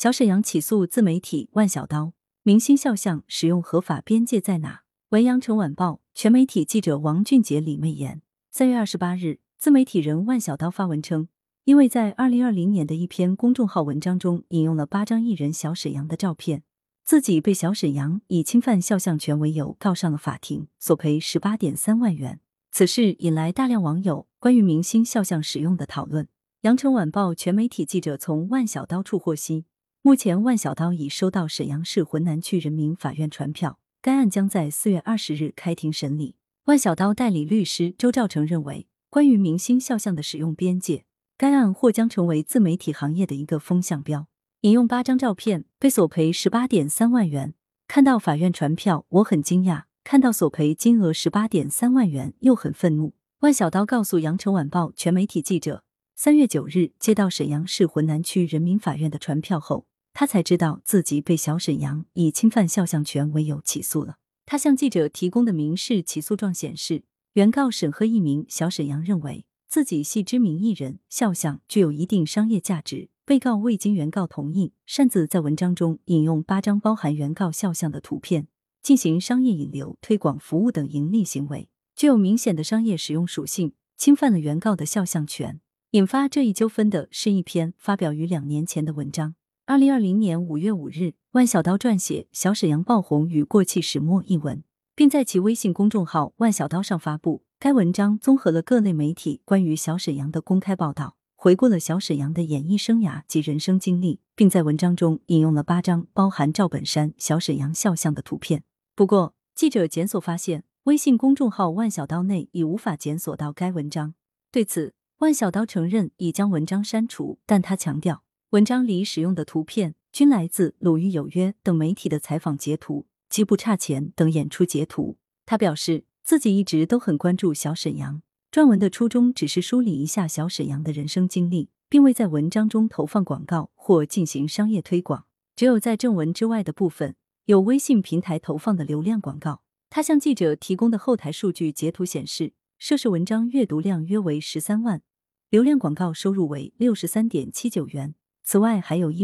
小沈阳起诉自媒体万小刀，明星肖像使用合法边界在哪？文阳城晚报全媒体记者王俊杰、李媚妍。3月28日，自媒体人万小刀发文称，因为在2020年的一篇公众号文章中引用了8张艺人小沈阳的照片，自己被小沈阳以侵犯肖像权为由告上了法庭，索赔18.3万元。此事引来大量网友关于明星肖像使用的讨论。羊城晚报全媒体记者从万小刀处获悉，目前万小刀已收到沈阳市浑南区人民法院传票，该案将在4月20日开庭审理。万小刀代理律师周兆成认为，关于明星肖像的使用边界，该案或将成为自媒体行业的一个风向标。引用8张照片被索赔18.3万元，看到法院传票我很惊讶，看到索赔金额18.3万元又很愤怒。万小刀告诉羊城晚报全媒体记者，3月9日接到沈阳市浑南区人民法院的传票后，他才知道自己被小沈阳以侵犯肖像权为由起诉了。他向记者提供的民事起诉状显示，原告沈赫一名小沈阳认为自己系知名艺人，肖像具有一定商业价值，被告未经原告同意，擅自在文章中引用8张包含原告肖像的图片，进行商业引流、推广服务等盈利行为，具有明显的商业使用属性，侵犯了原告的肖像权。引发这一纠纷的是一篇发表于2年前的文章。2020年5月5日，万小刀撰写《小沈阳爆红与过气始末》一文，并在其微信公众号万小刀上发布。该文章综合了各类媒体关于小沈阳的公开报道，回顾了小沈阳的演艺生涯及人生经历，并在文章中引用了8张包含赵本山、小沈阳肖像的图片。不过，记者检索发现，微信公众号万小刀内已无法检索到该文章。对此，万小刀承认已将文章删除，但他强调，文章里使用的图片均来自《鲁豫有约》等媒体的采访截图及不差钱等演出截图。他表示，自己一直都很关注小沈阳，撰文的初衷只是梳理一下小沈阳的人生经历，并未在文章中投放广告或进行商业推广，只有在正文之外的部分有微信平台投放的流量广告。他向记者提供的后台数据截图显示，涉事文章阅读量约为13万，流量广告收入为 63.79 元，此外还有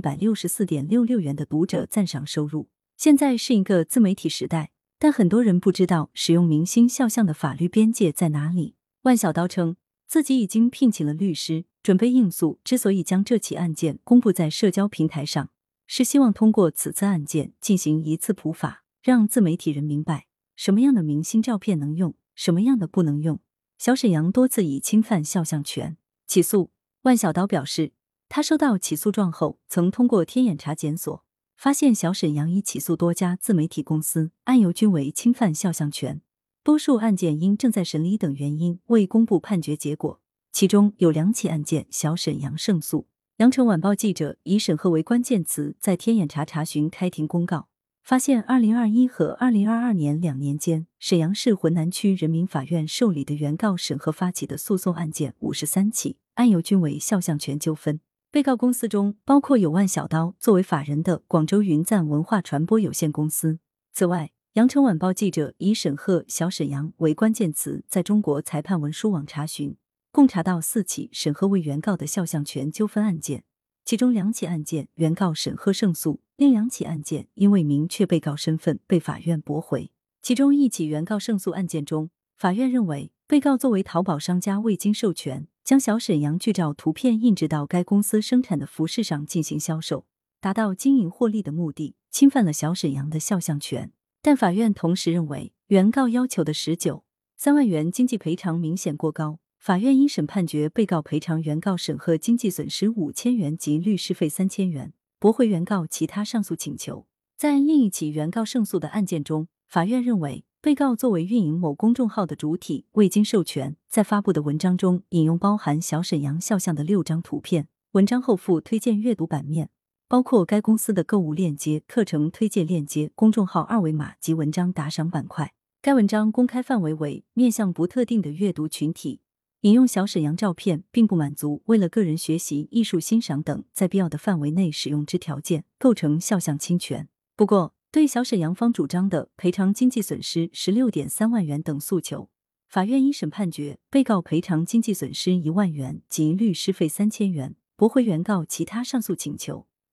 164.66 元的读者赞赏收入。现在是一个自媒体时代，但很多人不知道使用明星肖像的法律边界在哪里。万小刀称，自己已经聘请了律师，准备应诉，之所以将这起案件公布在社交平台上，是希望通过此次案件进行一次普法，让自媒体人明白什么样的明星照片能用，什么样的不能用。小沈阳多次以侵犯肖像权起诉。万小刀表示，他收到起诉状后，曾通过天眼查检索，发现小沈阳已起诉多家自媒体公司，案由均为侵犯肖像权，多数案件因正在审理等原因未公布判决结果，其中有2起案件小沈阳胜诉。羊城晚报记者以沈赫为关键词在天眼查查询开庭公告，发现2021和2022年2年间，沈阳市浑南区人民法院受理的原告沈赫发起的诉讼案件53起，案由均为肖像权纠纷。被告公司中包括有万小刀作为法人的广州云赞文化传播有限公司。此外，羊城晚报记者以沈赫、小沈阳为关键词在中国裁判文书网查询，共查到4起沈赫为原告的肖像权纠纷案件，其中2起案件原告沈赫胜诉，另2起案件因为明确被告身份被法院驳回。其中1起原告胜诉案件中，法院认为被告作为淘宝商家未经授权，将小沈阳剧照图片印制到该公司生产的服饰上进行销售，达到经营获利的目的，侵犯了小沈阳的肖像权。但法院同时认为，原告要求的19.3万元经济赔偿明显过高，法院一审判决被告赔偿原告沈赫经济损失5000元及律师费3000元，驳回原告其他上诉请求。在另一起原告胜诉的案件中，法院认为被告作为运营某公众号的主体，未经授权，在发布的文章中引用包含小沈阳肖像的6张图片，文章后附推荐阅读版面，包括该公司的购物链接、课程推荐链接、公众号二维码及文章打赏板块。该文章公开范围为面向不特定的阅读群体，引用小沈阳照片并不满足为了个人学习、艺术欣赏等在必要的范围内使用之条件，构成肖像侵权。不过，对小沈阳方主张的赔偿经济损失16.3万元等诉求，法院一审判决被告赔偿经济损失1万元及律师费3000元，驳回原告其他上诉请求。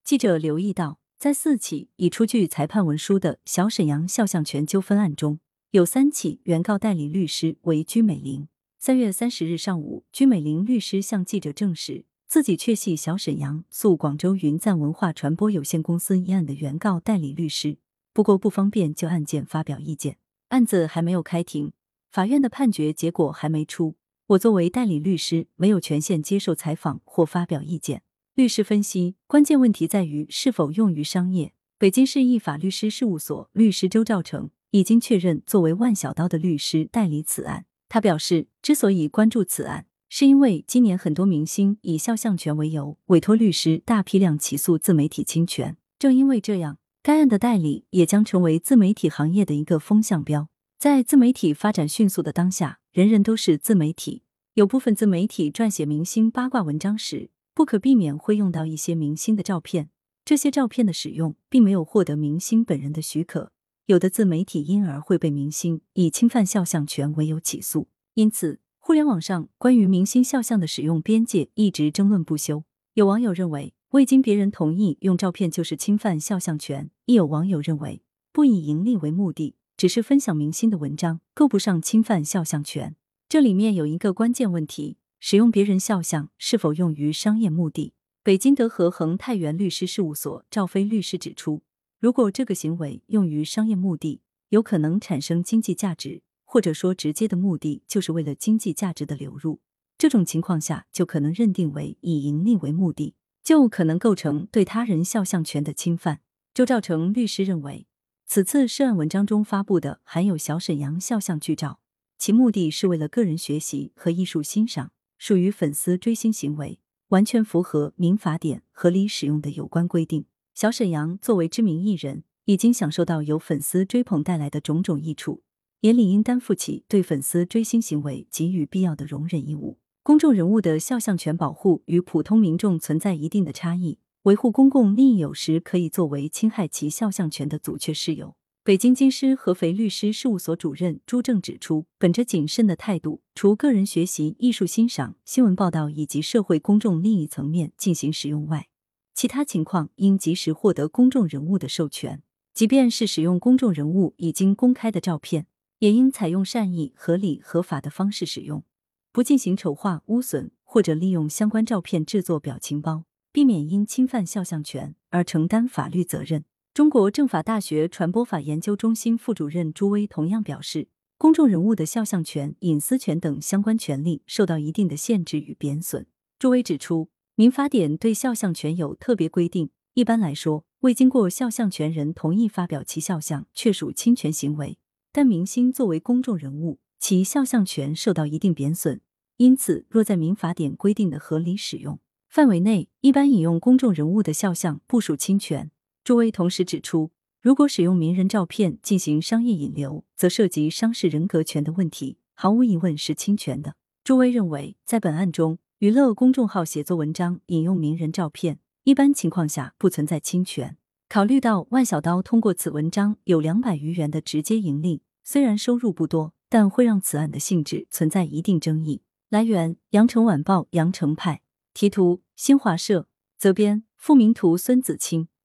记者留意到，在4起已出具裁判文书的小沈阳肖像权纠纷案中，有3起原告代理律师为居美玲。3月30日上午，居美玲律师向记者证实，自己确系小沈阳诉广州云赞文化传播有限公司一案的原告代理律师，不过不方便就案件发表意见。案子还没有开庭，法院的判决结果还没出，我作为代理律师没有权限接受采访或发表意见。律师分析，关键问题在于是否用于商业。北京市一法律师事务所律师周兆成已经确认作为万小刀的律师代理此案。他表示，之所以关注此案，是因为今年很多明星以肖像权为由委托律师大批量起诉自媒体侵权。正因为这样，该案的代理也将成为自媒体行业的一个风向标。在自媒体发展迅速的当下，人人都是自媒体，有部分自媒体撰写明星八卦文章时，不可避免会用到一些明星的照片，这些照片的使用并没有获得明星本人的许可，有的自媒体因而会被明星以侵犯肖像权为由起诉。因此，互联网上关于明星肖像的使用边界一直争论不休。有网友认为，未经别人同意用照片就是侵犯肖像权，亦有网友认为，不以盈利为目的，只是分享明星的文章，够不上侵犯肖像权。这里面有一个关键问题，使用别人肖像是否用于商业目的？北京德和恒泰源律师事务所赵飞律师指出，如果这个行为用于商业目的，有可能产生经济价值，或者说直接的目的就是为了经济价值的流入，这种情况下就可能认定为以盈利为目的，就可能构成对他人肖像权的侵犯。周兆成律师认为，此次涉案文章中发布的含有小沈阳肖像剧照，其目的是为了个人学习和艺术欣赏，属于粉丝追星行为，完全符合民法典合理使用的有关规定。小沈阳作为知名艺人，已经享受到由粉丝追捧带来的种种益处，也理应担负起对粉丝追星行为给予必要的容忍义务。公众人物的肖像权保护与普通民众存在一定的差异，维护公共利益有时可以作为侵害其肖像权的阻却事由。北京京师合肥律师事务所主任朱正指出，本着谨慎的态度，除个人学习、艺术欣赏、新闻报道以及社会公众利益层面进行使用外，其他情况应及时获得公众人物的授权。即便是使用公众人物已经公开的照片，也应采用善意、合理、合法的方式使用，不进行丑化、污损或者利用相关照片制作表情包，避免因侵犯肖像权而承担法律责任。中国政法大学传播法研究中心副主任朱威同样表示，公众人物的肖像权、隐私权等相关权利受到一定的限制与贬损。朱威指出，民法典对肖像权有特别规定，一般来说，未经过肖像权人同意发表其肖像，确属侵权行为。但明星作为公众人物，其肖像权受到一定贬损，因此若在民法典规定的合理使用范围内，一般引用公众人物的肖像不属侵权。朱威同时指出，如果使用名人照片进行商业引流，则涉及商事人格权的问题，毫无疑问是侵权的。朱威认为，在本案中，娱乐公众号写作文章引用名人照片，一般情况下不存在侵权。考虑到万小刀通过此文章有200余元的直接盈利，虽然收入不多，但会让此案的性质存在一定争议。来源：羊城晚报羊城派，题图：新华社，责编：付明图孙子清。